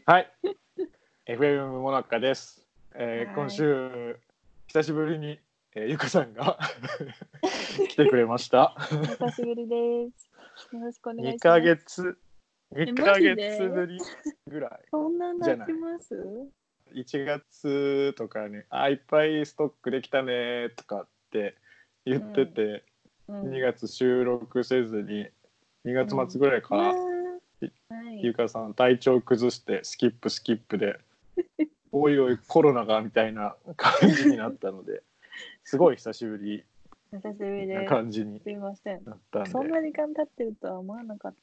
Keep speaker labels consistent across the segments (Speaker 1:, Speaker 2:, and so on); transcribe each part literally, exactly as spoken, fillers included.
Speaker 1: はい、エフエム モナカです、えー、今週久しぶりに、えー、ゆかさんが来てくれました。
Speaker 2: お久しぶりです。よろしくお願いします。
Speaker 1: にかげつにかげつぶりぐらい
Speaker 2: そんな経ちます？
Speaker 1: いちがつとかにあいっぱいストックできたねとかって言ってて、うんうん、にがつ収録せずににがつ末ぐらいから、うんはい、ゆかさん体調崩してスキップスキップでおいおいコロナがみたいな感じになったのですごい久しぶりな感じになったんで、
Speaker 2: そんな時間経ってるとは思わなかった。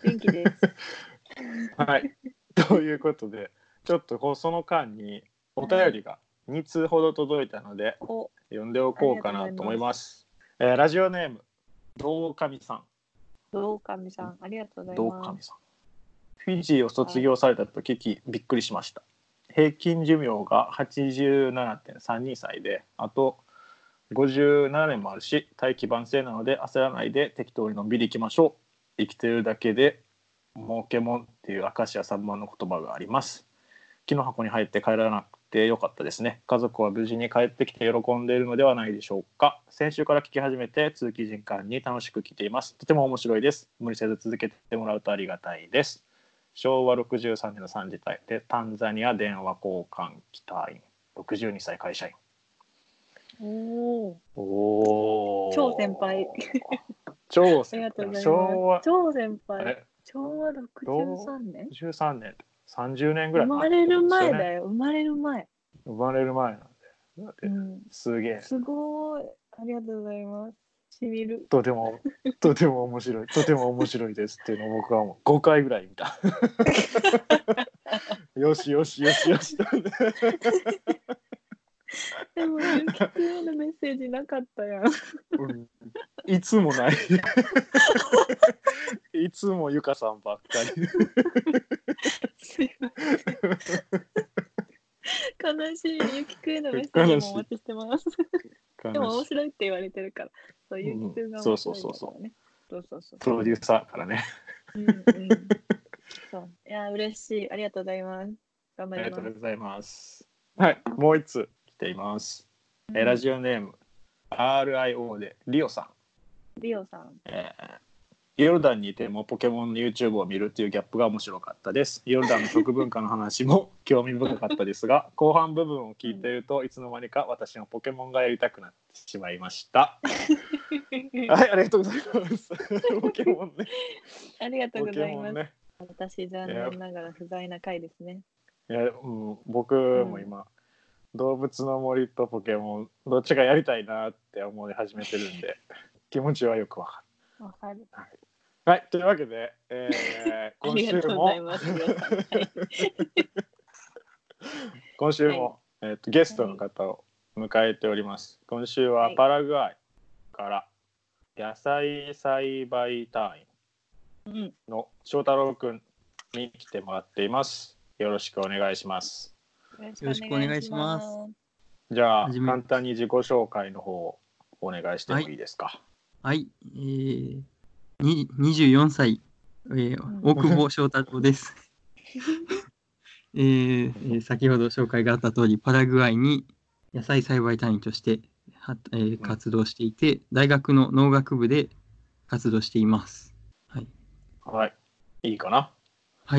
Speaker 2: 元気です
Speaker 1: はいということでちょっとその間にお便りがに通ほど届いたので、はい、読んでおこうかなと思います。えー、ラジオネームどうかみさん
Speaker 2: どうかみさんありがとうございます。どうかみさん
Speaker 1: フィジーを卒業されたと聞きびっくりしました。平均寿命が はちじゅうななてんさんに 歳であとごじゅうななねんもあるし大器晩成なので焦らないで適当にのんびりいきましょう。生きてるだけで儲けもんっていう明石家さんまの言葉があります。木の箱に入って帰らなくてよかったですね。家族は無事に帰ってきて喜んでいるのではないでしょうか。先週から聞き始めて通勤時間に楽しく聞いています。とても面白いです。無理せず続けてもらうとありがたいです。しょうわろくじゅうさんねんのさん次隊でタンザニア電話交換機隊員ろくじゅうにさい会社員。
Speaker 2: お
Speaker 1: お
Speaker 2: 超先輩
Speaker 1: 超先輩昭和
Speaker 2: 超先輩昭和ろくじゅうさんねん
Speaker 1: ろくじゅうさんねんさんじゅうねんぐらい
Speaker 2: 前、ね、生まれる前だよ生まれる前
Speaker 1: 生まれる前なんで、
Speaker 2: うん、
Speaker 1: すげえ
Speaker 2: すごいありがとうございます。しみる。
Speaker 1: とてもとても面白いとても面白いですっていうのを僕はもうごかいぐらい見たよしよしよしよし
Speaker 2: でもゆきくんへのメッセージなかったやん、
Speaker 1: うん、いつもないいつもゆかさんばっかり
Speaker 2: すいません悲しい。ゆきくんへのメッセージもお待ちしてますでも面白いって言われてるからそうゆきくんが面白いからね。そうそうそう
Speaker 1: プロデューサーからね
Speaker 2: うんうんそういや嬉しい。ありがとうございます。頑張ります。
Speaker 1: ありがとうございます。はい、もう一つ来ています。うん、えラジオネーム アールアイオー でリオさん。
Speaker 2: リオさん。
Speaker 1: えー、ヨルダンにいてもポケモンの YouTube を見るっていうギャップが面白かったです。ヨルダンの食文化の話も興味深かったですが、後半部分を聞いているといつの間にか私のポケモンがやりたくなってしまいました。はい、ありがとうございます。ポケモンね。
Speaker 2: ありがとうございます。ね、私残念ながら不在な回ですね。
Speaker 1: いや、うん、僕も今、うん、動物の森とポケモンどっちがやりたいなって思い始めてるんで気持ちはよくわか
Speaker 2: る。わかる。
Speaker 1: はい、はい、というわけで、えー、今週も今週も、はい、えー、とゲストの方を迎えております。今週はパラグアイから野菜栽培隊員の翔太郎くんに来てもらっています。よろしくお願いします。
Speaker 3: よろしくお願いします。
Speaker 1: じゃあ簡単に自己紹介の方をお願いしてもいいですか。
Speaker 3: はい、はい、えー、ににじゅうよんさい、えー、大久保翔太郎です、えー、先ほど紹介があった通りパラグアイに野菜栽培隊員としては、えー、活動していて、うん、大学の農学部で活動しています。はい、
Speaker 1: はい、いいかな。
Speaker 3: はい。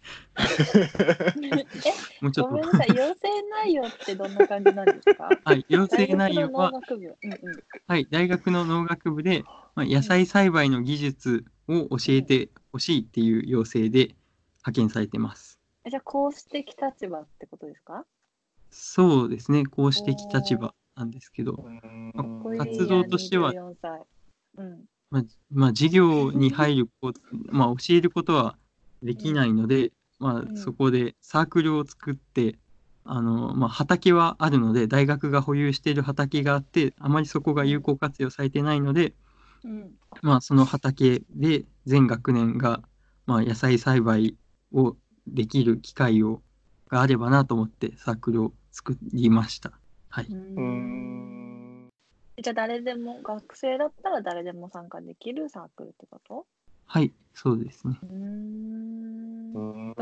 Speaker 2: え、もうちょっとごめんなさい。養成内容ってどんな感じなんですか？
Speaker 3: はい、養成内容は、
Speaker 2: うんうん、
Speaker 3: はい、大学の農学部で、まあ、野菜栽培の技術を教えてほしいっていう要請で派遣されてます。
Speaker 2: じゃあ公式的立場ってことですか？
Speaker 3: そうですね、公式的立場なんですけど、まあ、活動としては、
Speaker 2: うん
Speaker 3: まあまあ、授業に入ること、まあ、教えることはできないので、うんまあ、そこでサークルを作ってあの、まあ、畑はあるので大学が保有している畑があってあまりそこが有効活用されてないので、うんまあ、その畑で全学年が、まあ、野菜栽培をできる機会をがあればなと思ってサークルを作りました。はい、うー
Speaker 2: んじゃあ誰でも学生だったら誰でも参加できるサークルってこと？
Speaker 3: はい、そうですね。
Speaker 2: うーんど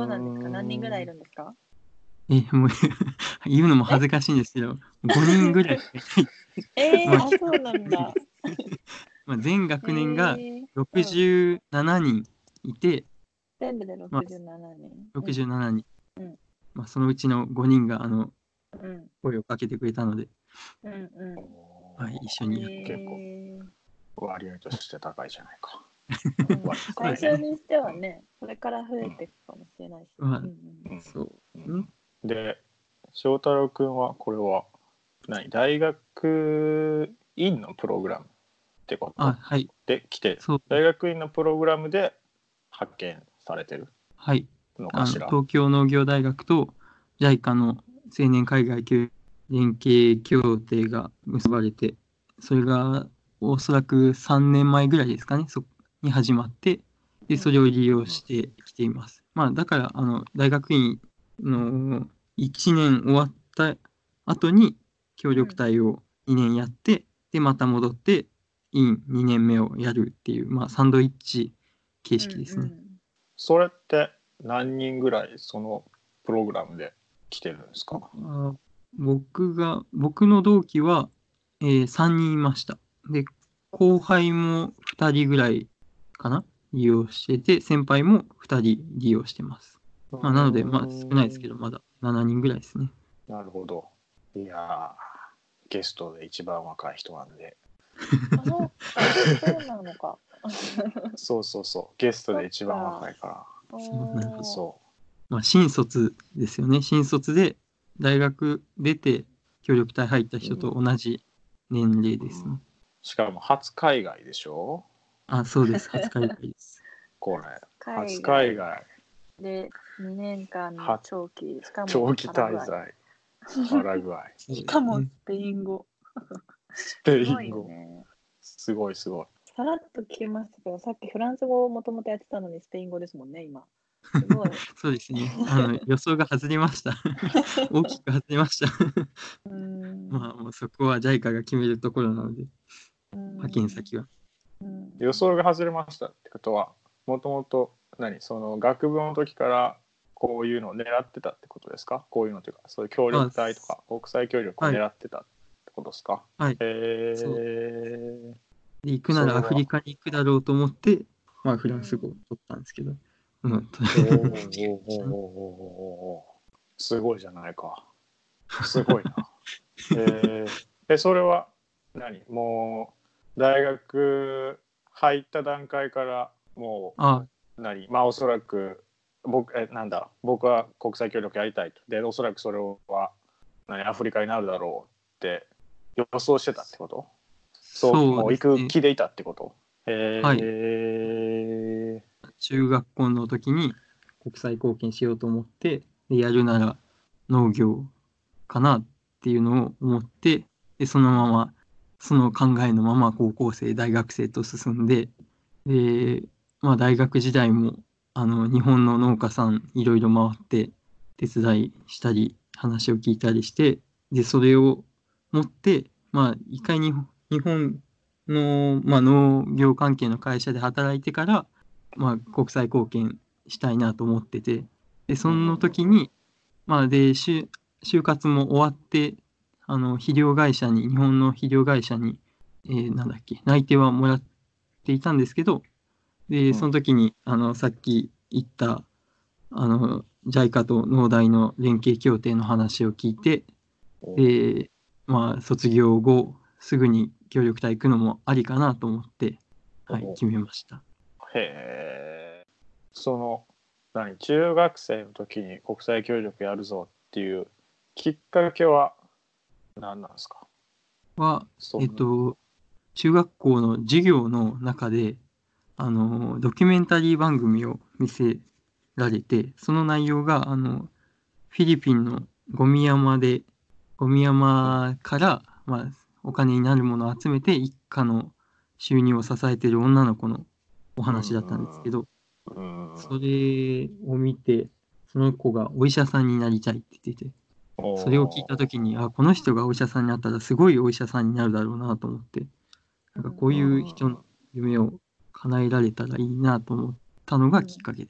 Speaker 2: どうなんですか？何人ぐらいいるんですか？
Speaker 3: え、もう言うのも恥ずかしいんですけど、ごにんぐらい。
Speaker 2: えー、
Speaker 3: まあ
Speaker 2: あ、そうなんだ。
Speaker 3: まあ全学年が
Speaker 2: えー、
Speaker 3: ろくじ
Speaker 2: うん。
Speaker 3: ゅうななにんいて、
Speaker 2: 全部で
Speaker 3: まあ、
Speaker 2: ろくじゅうななにん。うん。
Speaker 3: ろくじゅうななにん、
Speaker 2: うん。
Speaker 3: まあ、そのうちのごにんがあの
Speaker 2: うん。
Speaker 3: 声をかけてくれたので、
Speaker 2: うんう
Speaker 3: はい、一緒
Speaker 2: ん。
Speaker 3: にやって
Speaker 1: 結構
Speaker 2: えー、
Speaker 1: 割合として高いじゃないか。
Speaker 2: うん、
Speaker 1: 割と
Speaker 2: 最
Speaker 3: そうですね。
Speaker 2: 初にしてはね、これから増えていくかもしれないし。
Speaker 3: まあ、
Speaker 2: うん
Speaker 1: うん
Speaker 3: そう
Speaker 1: うん
Speaker 3: ん
Speaker 1: で、翔太郎くんはこれは何大学院のプログラムってこ
Speaker 3: あ、
Speaker 1: と
Speaker 3: はい、
Speaker 1: で来て、
Speaker 3: そう、
Speaker 1: 大学院のプログラムで派遣されてる
Speaker 3: はい。あの
Speaker 1: のかしら。
Speaker 3: 東京農業大学と ジャイカ の青年海外教育連携協定が結ばれて、それがおそらくさんねんまえぐらいですかね、そこに始まって、で、それを利用してきています。まあ、だから、あの、大学院のいちねん終わった後に協力隊をにねんやって、で、また戻って、院にねんめをやるっていう、まあ、サンドイッチ形式ですね。
Speaker 2: うんうん。
Speaker 1: それって何人ぐらいそのプログラムで来てるんですか？
Speaker 3: あ僕が、僕の同期は、えーさんにんいました。で、後輩もふたりぐらいかな利用してて、先輩もふたり利用してます。まあ、なので、まあ、少ないですけど、まだしちにんぐらいですね。
Speaker 1: なるほど。いやー、ゲストで一番若い人なんで。
Speaker 2: あ、そうか、そうなのか。
Speaker 1: そうそうそう、ゲストで一番若いから。
Speaker 3: そうなん
Speaker 2: おー。
Speaker 1: そ
Speaker 3: まあ、新卒ですよね。新卒で大学出て協力隊入った人と同じ年齢
Speaker 1: う。
Speaker 3: ですね。
Speaker 1: うん、しかも初海外でしょ？
Speaker 3: あ、そうです。初海外です。
Speaker 1: これ。初
Speaker 2: 海外
Speaker 1: 海外。
Speaker 2: でにねんかんの
Speaker 1: は
Speaker 2: 長期、しかも
Speaker 1: 長期
Speaker 2: パラグアイ。
Speaker 1: 滞在。パラグアイ。
Speaker 3: そう
Speaker 2: しかもス
Speaker 3: ですね。
Speaker 2: ペイン語。
Speaker 1: スペイ
Speaker 2: すごい
Speaker 1: ン語。
Speaker 2: よね。
Speaker 1: すごいすごい。
Speaker 2: さらっと聞きましたけど、さっきフランス語をもともとやってたのにスペイン語ですもんね、今。すごい。
Speaker 3: そうですね。あの予想が外れました。大きく外れました。
Speaker 2: うーん。
Speaker 3: まあ、もうそこは ジャイカ が決めるところなので、
Speaker 2: うーん
Speaker 3: 派遣先は。
Speaker 2: うん
Speaker 1: 予想が外れましたってことは、もともと何その学部の時からこういうのを狙ってたってことですか？こういうのというか、そういう協力隊とか国際協力を狙ってたってことですか？
Speaker 3: はい。
Speaker 1: へ
Speaker 3: そう
Speaker 1: え。
Speaker 3: で行くならアフリカに行くだろうと思って、まあ、フランス語を
Speaker 2: うん
Speaker 3: 取ったんですけど、うん、
Speaker 1: おーおーおーおーおーすごいじゃないか。すごいな。えー、えそれは何もう大学入った段階からも
Speaker 3: あ
Speaker 1: う何まあおそらく僕えなんだ僕は国際協力やりたいとでおそらくそれは何アフリカになるだろうって予想してたってこと？そう
Speaker 3: そう
Speaker 1: もう行
Speaker 3: ですね。
Speaker 1: く気でいたってこと？へ
Speaker 3: はい。
Speaker 1: え。
Speaker 3: 中学校の時に国際貢献しようと思って、でやるなら農業かなっていうのを思って、でそのまま、その考えのまま高校生、大学生と進んで、で、まあ大学時代も、あの、日本の農家さんいろいろ回って手伝いしたり、話を聞いたりして、で、それを持って、まあ一回に日本の、まあ、農業関係の会社で働いてから、まあ国際貢献したいなと思ってて、で、その時に、まあで、就就活も終わって、あの、肥料会社に、日本の肥料会社に、えーなんだっけ、内定はもらっていたんですけど、で、その時に、あの、さっき言った、あの、ジャイカ と農大の連携協定の話を聞いて、で、まあ、卒業後、すぐに協力隊行くのもありかなと思って、はい、決めました。
Speaker 1: へえ。その何中学生の時に国際協力やるぞっていうきっかけは何なんですか？
Speaker 3: は、えっと、中学校の授業の中で、あの、ドキュメンタリー番組を見せられて、その内容が、あの、フィリピンのゴミ山で、ゴミ山から、まあ、お金になるものを集めて、一家の収入を支えている女の子のお話だったんですけど、それを見て、その子がお医者さんになりたいって言ってて、それを聞いたときに、あ、この人がお医者さんになったらすごいお医者さんになるだろうなと思って、なんかこういう人の夢を叶えられたらいいなと思ったのがきっかけです。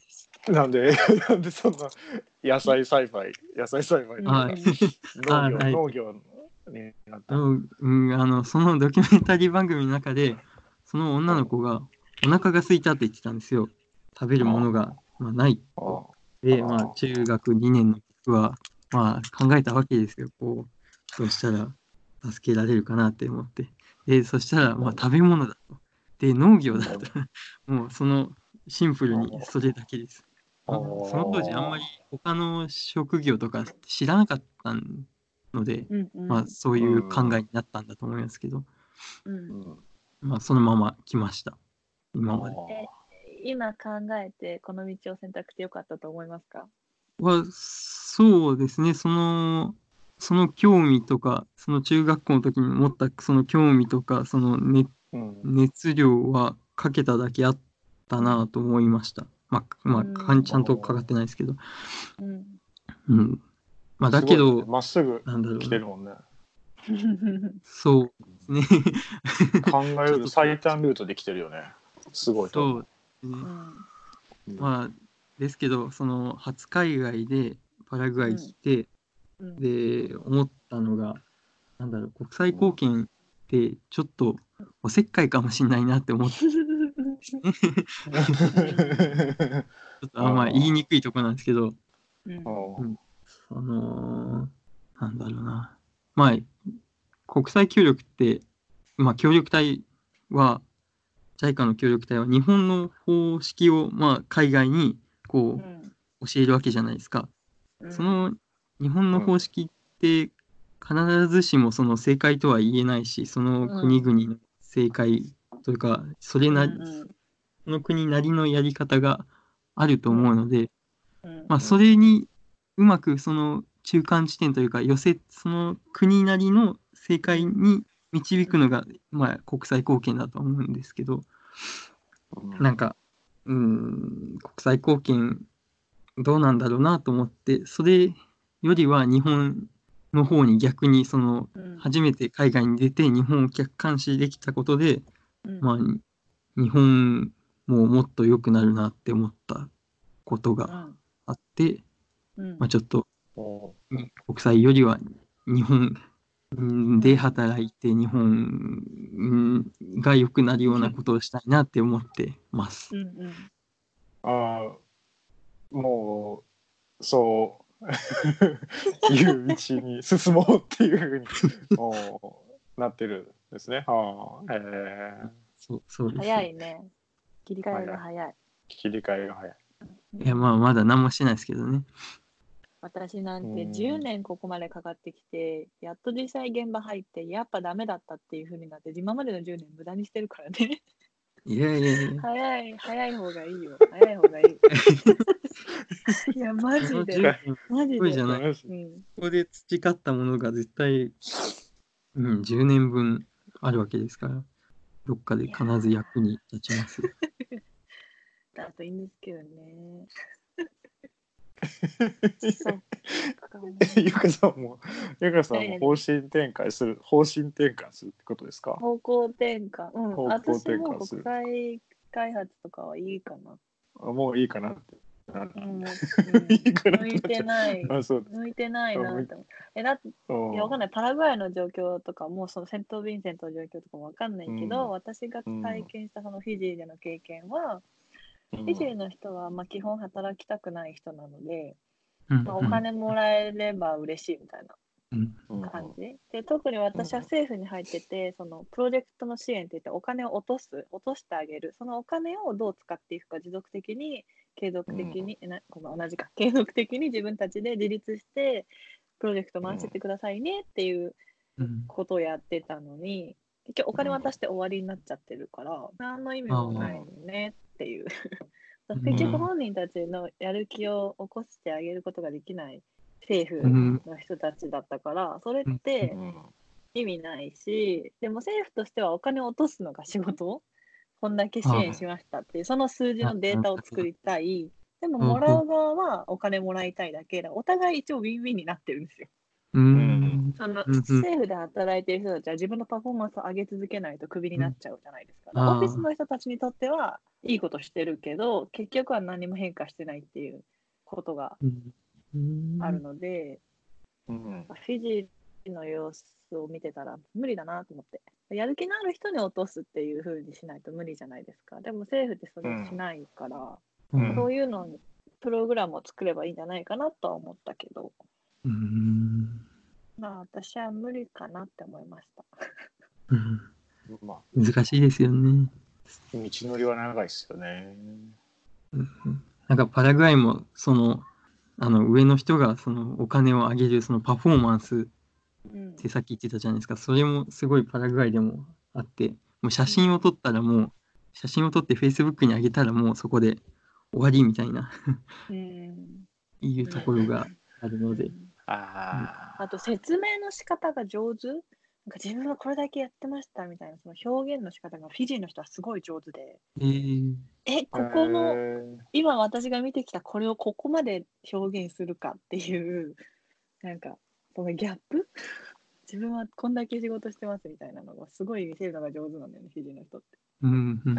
Speaker 1: なんでなんでそんな野菜栽培野菜栽培とか、
Speaker 3: はい。
Speaker 1: 農業
Speaker 3: はい
Speaker 1: 農業になった。
Speaker 3: うんうんあのそのドキュメンタリー番組の中でその女の子がお腹が空いたって言ってたんですよ。食べるものが、まあ、ないと。で、まあ、中学にねんの僕は、まあ、考えたわけですよ。こう、そうしたら助けられるかなって思って。で、そしたら、まあ、食べ物だと。で、農業だと。もう、その、シンプルにそれだけです。まあその当時、あんまり他の職業とか知らなかったので、
Speaker 2: うんうん
Speaker 3: まあ、そういう考えになったんだと思いますけど、
Speaker 2: うん
Speaker 3: まあ、そのまま来ました。今まで。
Speaker 2: え今考えてこの道を選択してよかったと思いますか？
Speaker 3: は、そうですね、その、その興味とか、その中学校の時に持ったその興味とか、その熱
Speaker 1: うん
Speaker 3: 熱量はかけただけあったなと思いました。まあ、まあ、かんちゃんとかかってないですけど。
Speaker 2: うん
Speaker 3: うん。まあ、だ
Speaker 1: すごいよね。
Speaker 3: けど、
Speaker 1: まっすぐ
Speaker 3: なんだろうな。
Speaker 1: 来てるもんね。
Speaker 3: そうですね。
Speaker 1: 考える
Speaker 3: ちょっと
Speaker 1: 最短ルートで来てるよね。すごいと思
Speaker 3: そうですね。
Speaker 1: う。
Speaker 3: まあ、ですけど、その初海外でパラグアイ来て、
Speaker 2: うん
Speaker 3: で、思ったのが、なんだろう、国際貢献ってちょっとおせっかいかもしれないなって思って、ちょっとあんま言いにくいとこなんですけど、
Speaker 2: うん
Speaker 3: うん、その、なんだろうな。まあ、国際協力って、まあ、協力隊は、ジャイカ の協力隊は日本の方式を、まあ、海外にこう教えるわけじゃないですか。その日本の方式って必ずしもその正解とは言えないし、その国々の正解というか、それなり、その国なりのやり方があると思うので、まあ、それにうまくその中間地点というか、寄せ、その国なりの正解に導くのが、まあ、国際貢献だと思うんですけど、なんか、うん、国際貢献どうなんだろうなと思って、それよりは日本の方に逆にその初めて海外に出て日本を客観視できたことで、まあ、日本ももっと良くなるなって思ったことがあって、まあ、ちょっと国際よりは日本で働いて日本が良くなるようなことをしたいなって思ってます。
Speaker 1: ああ、もうそういう道に進もうっていうふうになってるんですね。はあ、えー、
Speaker 3: そうそうです。
Speaker 2: 早いね。切り替えが早い。
Speaker 1: 切り替えが早い。
Speaker 3: いや、まあ、まだ何もしてないですけどね。
Speaker 2: 私なんてじゅうねんここまでかかってきて、やっと実際現場入って、やっぱダメだったっていう風になって、今までのじゅうねん無駄にしてるからね。
Speaker 3: いやいやいや。
Speaker 2: 早い、早い方がいいよ。早い方がいい。いや、マジで。マジで。
Speaker 3: じゃない。うん、ここで培ったものが絶対、うん、じゅうねんぶんあるわけですから、どっかで必ず役に立ちますよ。
Speaker 2: だといいんですけどね。
Speaker 1: ゆかさんも、ゆかさんも方針転換する、方針転換するってことですか？
Speaker 2: 方向転換。うん、私も国際開発とかはいいかな。
Speaker 1: あ、もういいかなって。
Speaker 2: うん、いいかな向いてない。向いてないなって思う。え、だって、いや、わかんない。パラグアイの状況とかも、そのセント・ヴィンセントの状況とかもわかんないけど、うん、私が体験したそのフィジーでの経験は、うん、フィジーの人は、まあ、基本働きたくない人なので、うん、まあ、お金もらえれば嬉しいみたいな感じ、うん、で特に私は政府に入ってて、そのプロジェクトの支援っていってお金を落とす落としてあげる、そのお金をどう使っていくか持続的に継続的に、うん、なごめん同じか継続的に自分たちで自立してプロジェクト回してってくださいねっていうことをやってたのに、結局お金渡して終わりになっちゃってるから、何の意味もないねっていう結局本人たちのやる気を起こしてあげることができない政府の人たちだったから、それって意味ないし、でも政府としてはお金を落とすのが仕事、こんだけ支援しましたっていうその数字のデータを作りたい。でももらう側はお金もらいたいだけだ。お互い一応ウィンウィンになってるんですよ。
Speaker 3: うん
Speaker 2: その政府で働いている人たちは自分のパフォーマンスを上げ続けないとクビになっちゃうじゃないですか。オフィスの人たちにとってはいいことしてるけど、結局は何も変化してないっていうことがあるので、うん、フィジーの様子を見てたら無理だなと思って。やる気のある人に落とすっていう風にしないと無理じゃないですか。でも政府ってそれをしないから、うん、そういうのにプログラムを作ればいいんじゃないかなとは思ったけど、うん、まあ私は無理かなって思いました。
Speaker 3: うん、まあ、難しいですよね。
Speaker 1: 道のりは長いですよね。
Speaker 3: うん、なんかパラグアイもそのあの上の人がそのお金を上げるそのパフォーマンスってさっき言ってたじゃないですか、うん、それもすごいパラグアイでもあって、もう写真を撮ったらもう、うん、写真を撮って Facebook に上げたらもうそこで終わりみたいな、うん、いうところがあるので、うん、
Speaker 2: あ, あと説明の仕方が上手、なんか自分はこれだけやってましたみたいなその表現の仕方がフィジーの人はすごい上手で、えー、えここの、えー、今私が見てきたこれをここまで表現するかっていうなんかそのギャップ自分はこんだけ仕事してますみたいなのがすごい見せるのが上手なんだよねフィジーの人って、うんうん、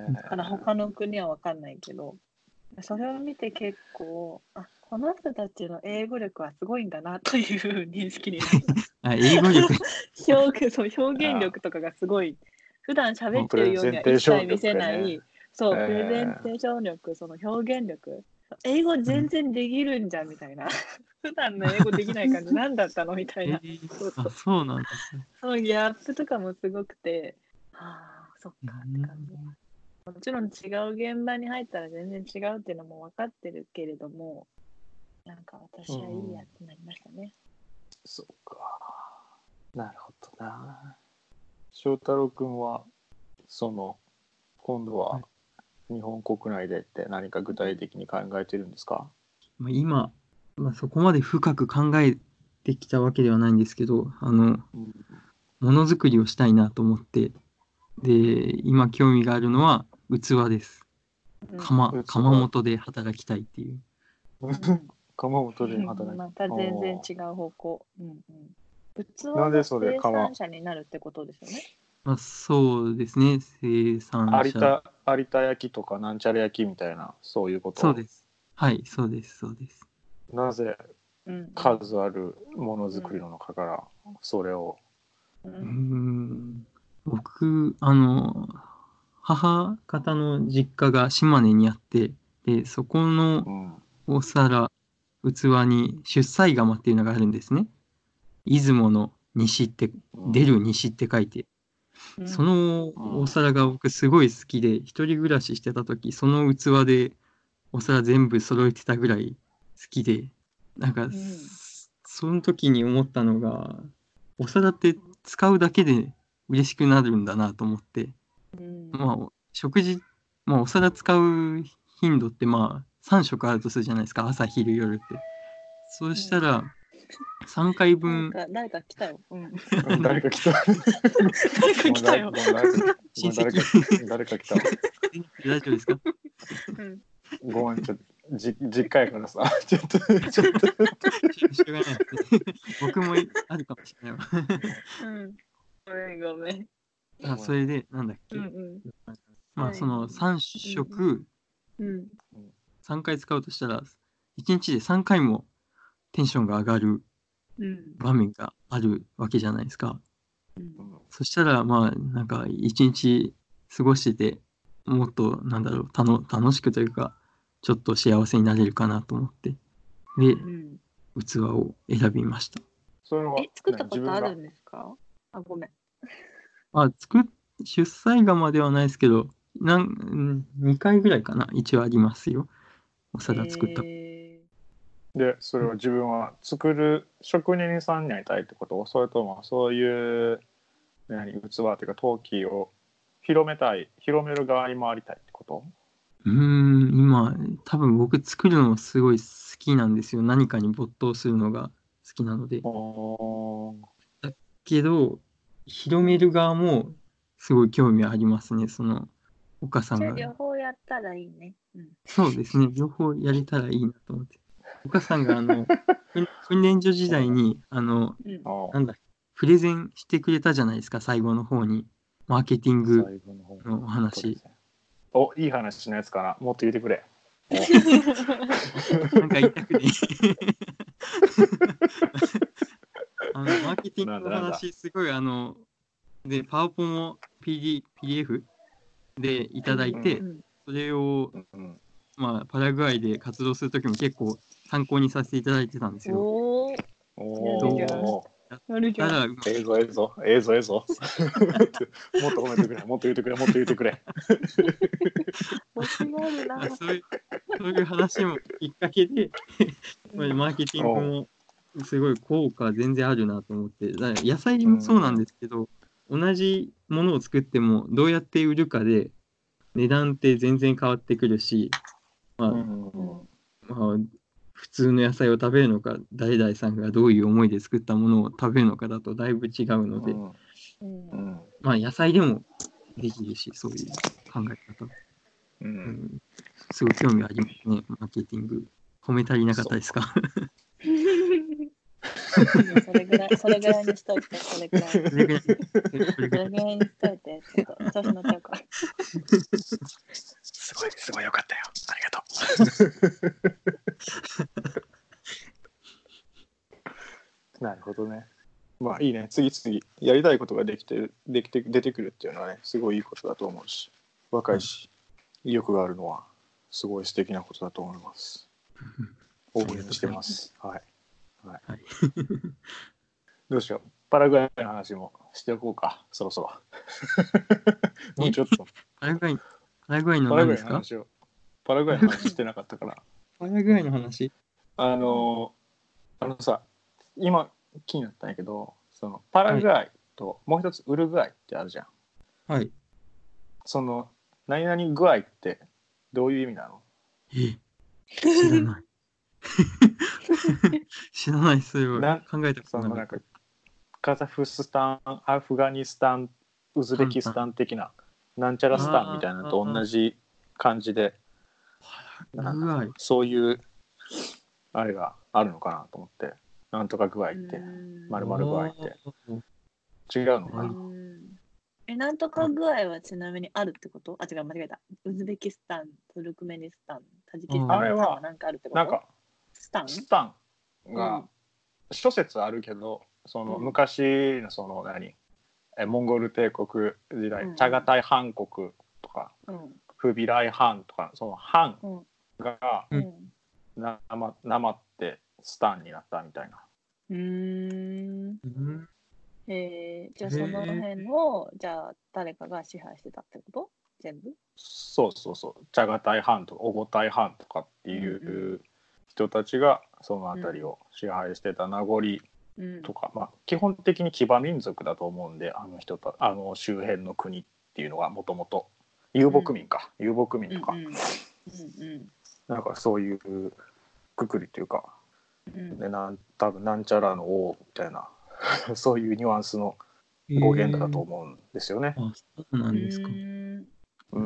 Speaker 2: だから他の国は分かんないけどそれを見て結構あこの人たちの英語力はすごいんだなという認識になった
Speaker 3: あ英語力
Speaker 2: 表現そう表現力とかがすごい普段喋ってるようには一切見せない、ね、そう、えー、プレゼンテーション力その表現力英語全然できるんじゃんみたいな、うん、普段の英語できない感じ何だったのみたいな、えー、
Speaker 3: そうそうあそうなんですね。
Speaker 2: そのギャップとかもすごくてはあそっかって感じ、うんもちろん違う現場に入ったら全然違うっていうのも分かってるけれども、なんか私はいいやってなりましたね。うん、
Speaker 1: そうか。なるほどな。翔太郎くんはその今度は日本国内でって何か具体的に考えてるんですか？
Speaker 3: まあ、今、まあ、そこまで深く考えてきたわけではないんですけど、あの、うん、ものづくりをしたいなと思って、で、今興味があるのは器です。窯、うん、窯元で働きたいっていう。
Speaker 1: 窯元で働きたい。
Speaker 2: また全然違う方向。うんうん、器の生産者になるってことですよね。
Speaker 3: まあ、そうですね、生産者。
Speaker 1: 有田、有田焼とかなんちゃら焼きみたいな、そういうこと。
Speaker 3: そうです。はい、そうです、そうです。
Speaker 1: なぜ数あるものづくりの中からそれを。
Speaker 3: うん、うん僕、あの、母方の実家が島根にあって、で、そこのお皿、うん、器に出西窯っていうのがあるんですね。出雲の西って、出る西って書いて。うん、そのお皿が僕すごい好きで、一人暮らししてた時、その器でお皿全部揃えてたぐらい好きで、なんか、うん、その時に思ったのが、お皿って使うだけで嬉しくなるんだなと思って、うん、まあ、食事、まあ、お皿使う頻度ってまあ、さん食あるとするじゃないですか、朝、昼、夜って。そうしたら、さんかいぶん。
Speaker 2: 誰か来たよ。うん、
Speaker 1: 誰か来た。
Speaker 2: 誰か来たよ。
Speaker 3: 親戚。
Speaker 1: 誰か来た。
Speaker 3: 大丈夫ですか？
Speaker 1: うん、ごめん、ちょっと。じ実家やからさ、ちょっと、ちょっと。しょ
Speaker 3: うがない。僕もあるかもしれないわ。
Speaker 2: うん。ごめん、ごめん。
Speaker 3: あ、それで、なんだっけ。うんうん、まあ、そのさん食、うん、さんかい使うとしたら、いちにちでさんかいもテンションが上がる場面があるわけじゃないですか。うん、そしたら、まあ、なんか、いちにち過ごしてて、もっと、なんだろう、たの楽しくというか、ちょっと幸せになれるかなと思って、で、うん、器を選びました。
Speaker 2: それはえ、作ったことあるんですか？あ、ごめん。
Speaker 3: あ、作っ、出西窯ではないですけど、なんにかいぐらいかな、一応ありますよ。お皿作った。
Speaker 1: えー、で、それを自分は作る職人さんになりたいってこと？それともそういう何器というか陶器を広めたい、広める側に回りたいってこと？
Speaker 3: うーん、今、多分僕作るのすごい好きなんですよ。何かに没頭するのが好きなので。だけど、広める側もすごい興味ありますね。その、岡さんが。
Speaker 2: じゃあ両方やったらいいね。
Speaker 3: うん、そうですね。両方やれたらいいなと思って。 岡さんがあの訓訓練所時代にあの、
Speaker 2: うん
Speaker 3: なんだ、プレゼンしてくれたじゃないですか、最後の方に。マーケティング
Speaker 1: 最後の方
Speaker 3: のお話。
Speaker 1: お、いい話のやつかな。もっと言ってくれ。
Speaker 3: なんか言いたくねあのマーケティングの話、すごいあの、で、パワポも ピーディー、ピーディーエフ でいただいて、
Speaker 2: うん
Speaker 3: それを、
Speaker 1: うん
Speaker 3: まあ、パラグアイで活動するときも結構参考にさせていただいてたんですよ。
Speaker 2: おー
Speaker 1: お
Speaker 2: やるじゃん
Speaker 1: お。
Speaker 2: やるじゃん。
Speaker 3: ただ、
Speaker 1: 映像映像映像映像。もっと褒めてくれ。もっと言ってくれ。もっと言ってくれ。
Speaker 2: 欲しがるな。
Speaker 3: そういう、そういう話もきっかけで、まあマーケティングもすごい効果全然あるなと思って、だから野菜もそうなんですけど、同じものを作ってもどうやって売るかで値段って全然変わってくるし、まあ、
Speaker 1: うん
Speaker 3: まあ、普通の野菜を食べるのか、誰々さんがどういう思いで作ったものを食べるのかだとだいぶ違うので、
Speaker 1: うんうん
Speaker 3: まあ野菜でもできるし、そういう考え方。
Speaker 1: う
Speaker 3: うんん、すごい興味ありますね、マーケティング。褒め足りなかったですか？
Speaker 2: それぐらい、それぐらいにしといて、それぐらい。そ
Speaker 3: それぐらい、それ
Speaker 2: れぐらいにしといて、ちょっと調子乗っちゃうから。
Speaker 1: すごいすごいよかったよ。ありがとう。なるほどね。まあいいね。次々やりたいことができてるできて出てくるっていうのはね、すごいいいことだと思うし、若いし、意欲があるのはすごい素敵なことだと思います。応援してます。はい。はい。
Speaker 3: はい、
Speaker 1: どうしよう。パラグアイの話もしておこうか。そろそろ。もうちょっと。
Speaker 3: パラグアイ、パラグアイの
Speaker 1: パラグアイ
Speaker 3: 何ですか？
Speaker 1: の話を。パラグアイの話してなかったから。
Speaker 3: パラグアイの話
Speaker 1: あのあのさ、今気になったんやけど、そのパラグアイともう一つウルグアイってあるじゃん。
Speaker 3: はい。
Speaker 1: その何々具合ってどういう意味なの？
Speaker 3: え、知らない。知らない、それを
Speaker 1: な
Speaker 3: 考えたこと
Speaker 1: そのなんか
Speaker 3: なかった。
Speaker 1: カザフスタン、アフガニスタン、ウズベキスタン的ななんちゃらスタンみたいなのと同じ感じで、なんか
Speaker 3: 具合。
Speaker 1: そういうあれがあるのかなと思って、なんとか具合ってまるまる具合って違うのかな。
Speaker 2: え、なんとか具合はちなみにあるってこと？あ、違う、間違えた。ウズベキスタン、トルクメニスタン、タジキスタン、
Speaker 1: あれは
Speaker 2: なんかあるってこと？
Speaker 1: なんか
Speaker 2: スタン？
Speaker 1: スタンが諸説あるけど、その昔のその何えモンゴル帝国時代、チャガタイハン国とか、フビライハンとか、そのハンがなまなまってスタンになったみたいな。
Speaker 2: うーん。えー、じゃあその辺をじゃあ誰かが支配してたってこと？全部？
Speaker 1: そうそうそう。チャガタイハンとかオゴタイハンとかっていう人たちがその辺りを支配してた名残とか、うん、まあ基本的に騎馬民族だと思うんで、あの人たあの周辺の国っていうのがもともと遊牧民か、うん、遊牧民とか、うんうんうん、なんかそういうくくりっていうか、うん、でなん多分なんちゃらの王みたいなそういうニュアンスの語源だと思うんですよね。
Speaker 3: あ、そうなんですか。
Speaker 2: うん、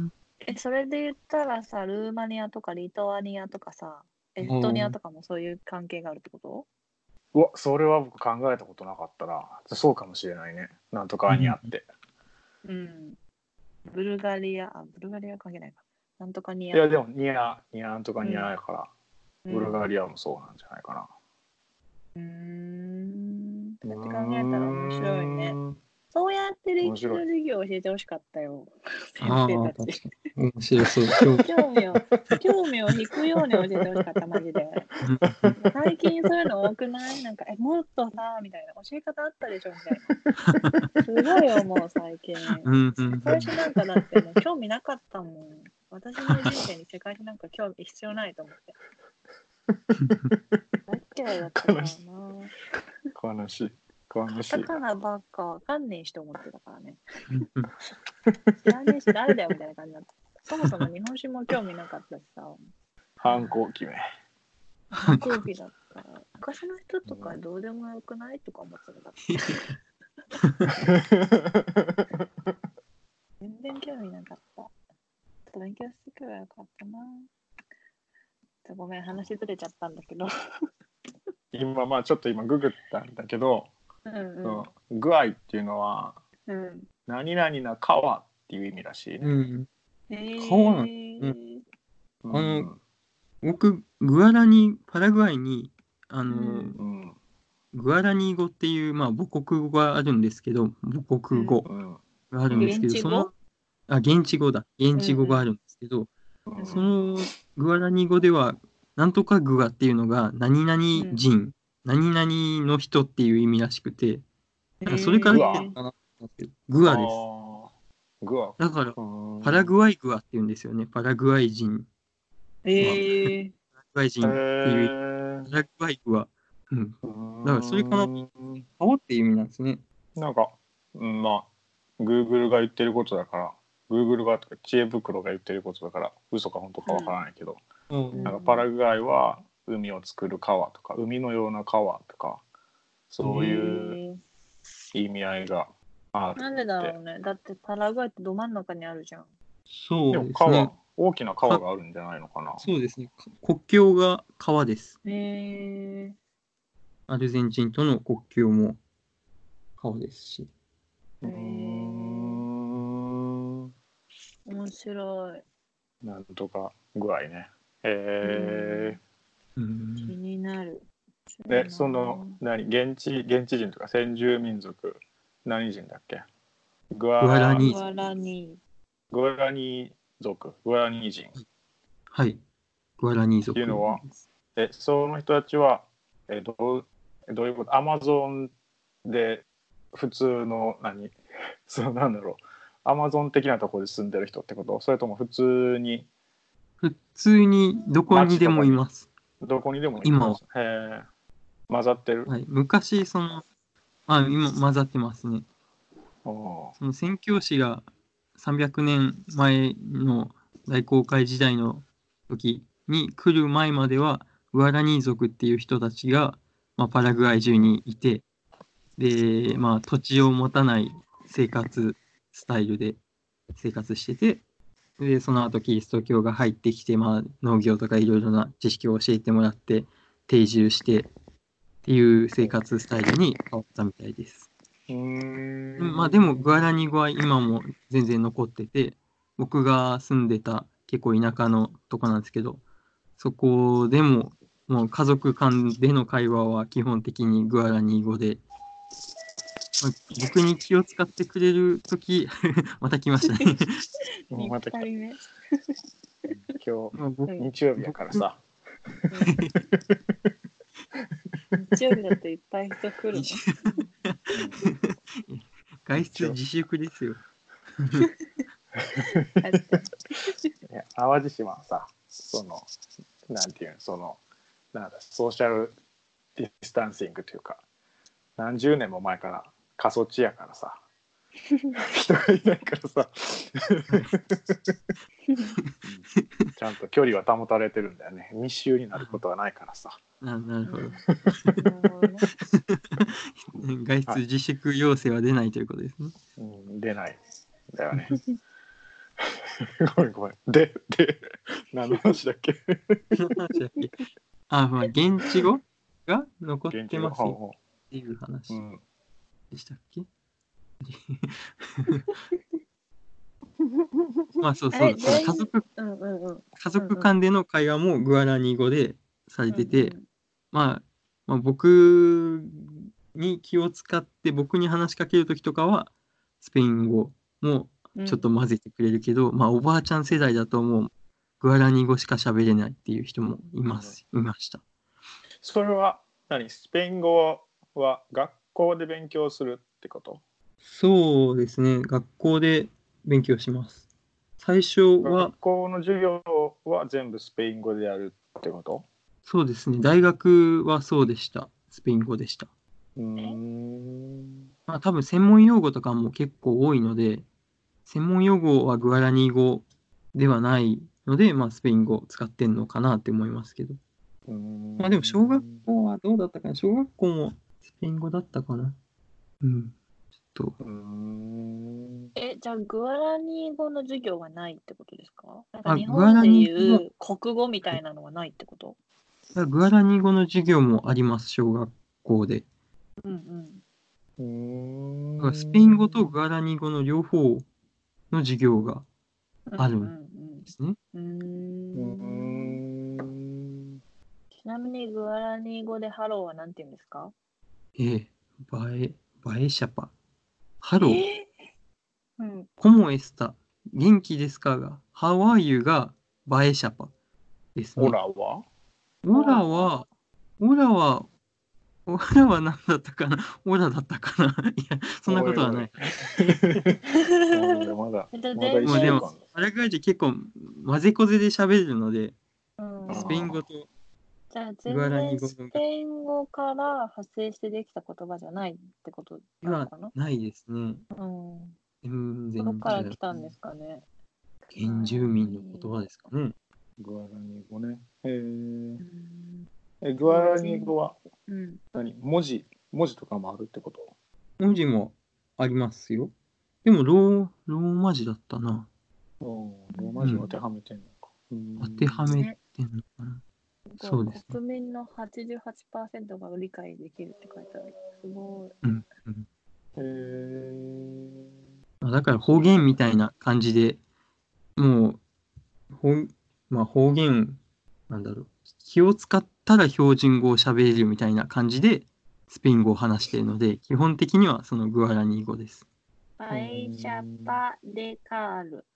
Speaker 2: え、それで言ったらさ、ルーマニアとかリトアニアとかさ、エストニアとかもそういう関係があるってこと？
Speaker 1: うわ、それは僕考えたことなかったな。そうかもしれないね。なんとかアニアって。
Speaker 2: うん。うん、ブルガリア、あ、ブルガリア関係ないか。なんとかニア。
Speaker 1: いや、でもニア、ニアなんとかニアやから、うん、ブルガリアもそうなんじゃないかな。
Speaker 2: うーん。って考えたら面白いね。そうやって歴史の授業を教えてほしかったよ。先生たち。
Speaker 3: 面白そう。
Speaker 2: 興味を、興味を引くように教えてほしかった、マジで。最近そういうの多くない？なんか、え、もっとさ、みたいな。教え方あったでしょみたいな。すごい思う、最近。世界史なんかだってもう興味なかったもん。私の人生に世界史なんか興味必要ないと思って。だっけだったからな。
Speaker 1: 悲しい。
Speaker 2: カタカナばっかわかんねえ人思ってたからね。知らねえし誰だよみたいな感じだった。そもそも日本史も興味なかったしさ。
Speaker 1: 反抗期め。
Speaker 2: 反抗期だったら。昔の人とかどうでもよくないとか思ってた。全然興味なかった。勉強してくればよかったな。 ごめん、話ずれちゃったんだけど。
Speaker 1: 今、まあちょっと今ググったんだけど、
Speaker 2: うんうん、
Speaker 1: その具合っていうのは、
Speaker 2: うん、
Speaker 1: 何々な川っていう意味らしいね。
Speaker 3: うん。
Speaker 2: へ
Speaker 3: 川なん
Speaker 2: ー
Speaker 3: うん
Speaker 1: う
Speaker 3: あの、
Speaker 1: ん
Speaker 3: 僕、グアラニ、パラグアイに、あ
Speaker 2: う
Speaker 3: の、
Speaker 2: ん
Speaker 1: うん
Speaker 3: グアラニー語っていう、まあ、母国語があるんですけど、母国語
Speaker 1: うん
Speaker 3: があるんですけど、
Speaker 2: 現地語
Speaker 3: その、あ、現地語だ。現地語があるんですけど、
Speaker 1: うん
Speaker 3: そのグアラニー語では、なんとかグアっていうのが、何々
Speaker 2: うん
Speaker 3: 人、何々の人っていう意味らしくて、
Speaker 2: へ
Speaker 3: なんかそれから来て
Speaker 1: グア
Speaker 3: るのかなと思ったんですけど、グアです。
Speaker 1: ああ、グア。
Speaker 3: だから、パラ
Speaker 1: うん
Speaker 3: グアイグアっていうんですよね。パラグアイ人は、
Speaker 2: えー、
Speaker 3: パラグアイ
Speaker 1: へ
Speaker 3: 人っていう、
Speaker 1: え。
Speaker 3: パラグアイグア。うん。
Speaker 1: う
Speaker 3: だからそれかな、
Speaker 1: ん
Speaker 3: 川っていう意味なんですね。
Speaker 1: なんか、うんまあ、Google が言ってることだから、Google がとか知恵袋が言ってることだから、嘘か本当かわからないけど、
Speaker 3: うん
Speaker 1: なんかパラグアイは海を作る川とか、海のような川とか、そういう
Speaker 2: えー、
Speaker 1: 意味合いがある
Speaker 2: なんでだ
Speaker 1: って。
Speaker 2: ろうね。だってパラグアイってど真ん中にあるじゃん。
Speaker 3: そ
Speaker 1: でも
Speaker 3: うですね。
Speaker 1: 川、大きな川があるんじゃないのかな。
Speaker 3: そうですね。か国境が川です。
Speaker 2: え
Speaker 3: アルゼンチンとの国境も川ですし。
Speaker 1: うー
Speaker 2: ー、え
Speaker 1: ん、
Speaker 2: ー、面白い。
Speaker 1: なんとか具合ね。へえ。
Speaker 3: うん
Speaker 2: 気になる。
Speaker 1: で、その、何、現地、現地人とか先住民族、何人だっけグア、
Speaker 3: グアラニー
Speaker 2: グアラニ
Speaker 1: グアラニー族、グアラニー人っ
Speaker 3: はい。グアラニー族
Speaker 1: ていうのは、
Speaker 3: です。
Speaker 1: え、その人たちは、え、どう、どういうこと、アマゾンで普通の、何、そうなんだろう、アマゾン的なところで住んでる人ってこと、それとも普通に
Speaker 3: 普通にどこにで
Speaker 1: 町とかに、
Speaker 3: もいます。
Speaker 1: どこにでもい
Speaker 3: 今は。
Speaker 1: ます。へえ、混ざってる。
Speaker 3: はい。昔、その、あ、今混ざってますね。
Speaker 1: おー
Speaker 3: その宣教師がさんびゃくねんまえの大航海時代の時に来る前までは、グアラニー族っていう人たちが、まあ、パラグアイ中にいて、で、まあ、土地を持たない生活スタイルで生活してて、で、その後キリスト教が入ってきて、まあ、農業とかいろいろな知識を教えてもらって、定住してっていう生活スタイルに変わったみたいです。
Speaker 1: うーん
Speaker 3: うんまあでも、グアラニ語は今も全然残ってて、僕が住んでた結構田舎のとこなんですけど、そこでも、もう家族間での会話は基本的にグアラニ語で、まあ、僕に気を使ってくれるとき、また来ましたね。
Speaker 2: ー。
Speaker 1: また来た。
Speaker 2: 二人目。
Speaker 1: 今日
Speaker 3: まあ僕
Speaker 2: うん
Speaker 1: 日曜日やからさ。
Speaker 2: 日曜日だといっぱい人来るの。
Speaker 3: 外出自粛ですよ。
Speaker 2: 確かに。
Speaker 1: いや淡路島はさ、そのなんていうの、そのなんだソーシャルディスタンシングというか、何十年も前から過疎地やからさ、人がいないからさ、ちゃんと距離は保たれてるんだよね。密集になることはないからさ。
Speaker 3: ななるほど。
Speaker 2: なるほどね。
Speaker 3: 外出自粛要請は出ないということですね。
Speaker 1: うん、出ないんだよね。ごめんごめん。で、で、何の話だっけ？
Speaker 3: 何の話だっけあ、まあ、現地語が残っ
Speaker 1: 現地
Speaker 3: てますよっ
Speaker 1: の方法。
Speaker 3: ていう
Speaker 1: う
Speaker 3: 話
Speaker 1: ん。
Speaker 3: でしたっけまあ、そう
Speaker 2: あれ、
Speaker 3: そう、その
Speaker 2: 全員、
Speaker 3: 家族、
Speaker 2: うんうんうん。
Speaker 3: 家族間での会話もグアラニ語でされてて、
Speaker 2: うん
Speaker 3: まあ、まあ、僕に気を使って僕に話しかけるときとかは、スペイン語も
Speaker 2: うん、
Speaker 3: ちょっと混ぜてくれるけど、まあ、おばあちゃん世代だともう、グアラニ語しか喋れないっていう人もいます、いました。
Speaker 1: それは何？スペイン語は学校で勉強するってこと？
Speaker 3: そうですね、学校で勉強します。最初は
Speaker 1: 学、校の授業は全部スペイン語でやるってこと？
Speaker 3: そうですね、大学はそうでした。スペイン語でした。
Speaker 1: うーん。
Speaker 3: まあ、多分専門用語とかも結構多いので、専門用語はグアラニー語ではないので、まあ、スペイン語を使ってんのかなって思いますけど。
Speaker 1: うーん
Speaker 3: まあでも小学校はどうだったかな小学校もスペイン語だったかなうん。 と。
Speaker 1: うーん。
Speaker 2: え、じゃあグアラニー語の授業はないってことですか？なんか
Speaker 3: あ、
Speaker 2: 日
Speaker 3: グア
Speaker 2: 本で
Speaker 3: ラニー語も、
Speaker 2: いう国語みたいなのはないってこと？
Speaker 3: グアラニー語の授業もあります、小学校で。
Speaker 2: うん
Speaker 1: うー
Speaker 3: だからスペイン語と
Speaker 1: ん。
Speaker 3: グアラニー語の両方の授業が
Speaker 2: うん。
Speaker 3: あるん
Speaker 2: うん
Speaker 3: ですね。
Speaker 2: うんうん。う
Speaker 1: うー
Speaker 2: ーん。
Speaker 1: ん。
Speaker 2: ちなみにグアラニー語でハローはなんて言うんですか？
Speaker 3: ええ、バエ、バエシャパ。ハロー、
Speaker 2: えー、うん。
Speaker 3: コモエスタ、元気ですかが、ハワイユがバエシャパです
Speaker 1: オ
Speaker 3: ね。
Speaker 1: ラは
Speaker 3: オ
Speaker 2: オラは
Speaker 3: ラは、オラは、オラは何だったかな。オラだったかな。いや、そんな
Speaker 1: おいおい。
Speaker 3: ことはない。
Speaker 1: まだ、
Speaker 2: えっと
Speaker 1: まだ
Speaker 2: 全然、
Speaker 3: もうでも、
Speaker 1: 一週間だ。
Speaker 3: パラグアイ人結構混ぜこぜで喋るので、
Speaker 2: う
Speaker 3: スペイン
Speaker 2: ん。
Speaker 3: 語と
Speaker 2: じゃあ
Speaker 3: グアラニ
Speaker 2: 全然
Speaker 3: ー語
Speaker 2: スペイン語から派生してできた言葉じゃないってことなの
Speaker 3: は
Speaker 2: かな？
Speaker 3: ないですね。
Speaker 2: うん。
Speaker 3: 全
Speaker 2: どこから
Speaker 3: 然違う。
Speaker 2: 来たんですかね。グア
Speaker 3: 原住
Speaker 2: ラ
Speaker 3: 民の言葉
Speaker 2: ニー語。
Speaker 3: ですかね。
Speaker 1: グアラニー語ね。へ
Speaker 2: う
Speaker 1: え。
Speaker 2: ん。
Speaker 1: え、グアラニー語は
Speaker 2: うん。
Speaker 1: 何文字、文字とかもあるってこと？
Speaker 3: 文字もありますよ。でもロー、ローマ字だったな。
Speaker 1: うん、ローマ字を当て
Speaker 3: うん。
Speaker 1: はめてんのか。う
Speaker 3: 当てはめ
Speaker 2: ね、
Speaker 3: てんのかな。
Speaker 2: すごい。
Speaker 3: そうですね。
Speaker 2: 国民のはちじゅうはちパーセントが理解できるって書いてある。すごい。
Speaker 3: うん。うん、
Speaker 1: へえ。
Speaker 3: まあ、だから方言みたいな感じで、もう、方、まあ、方言、なんだろう。気を使ったら標準語を喋れるみたいな感じで、スペイン語を話しているので、基本的にはそのグアラニー語です。
Speaker 2: パエシャパデカール。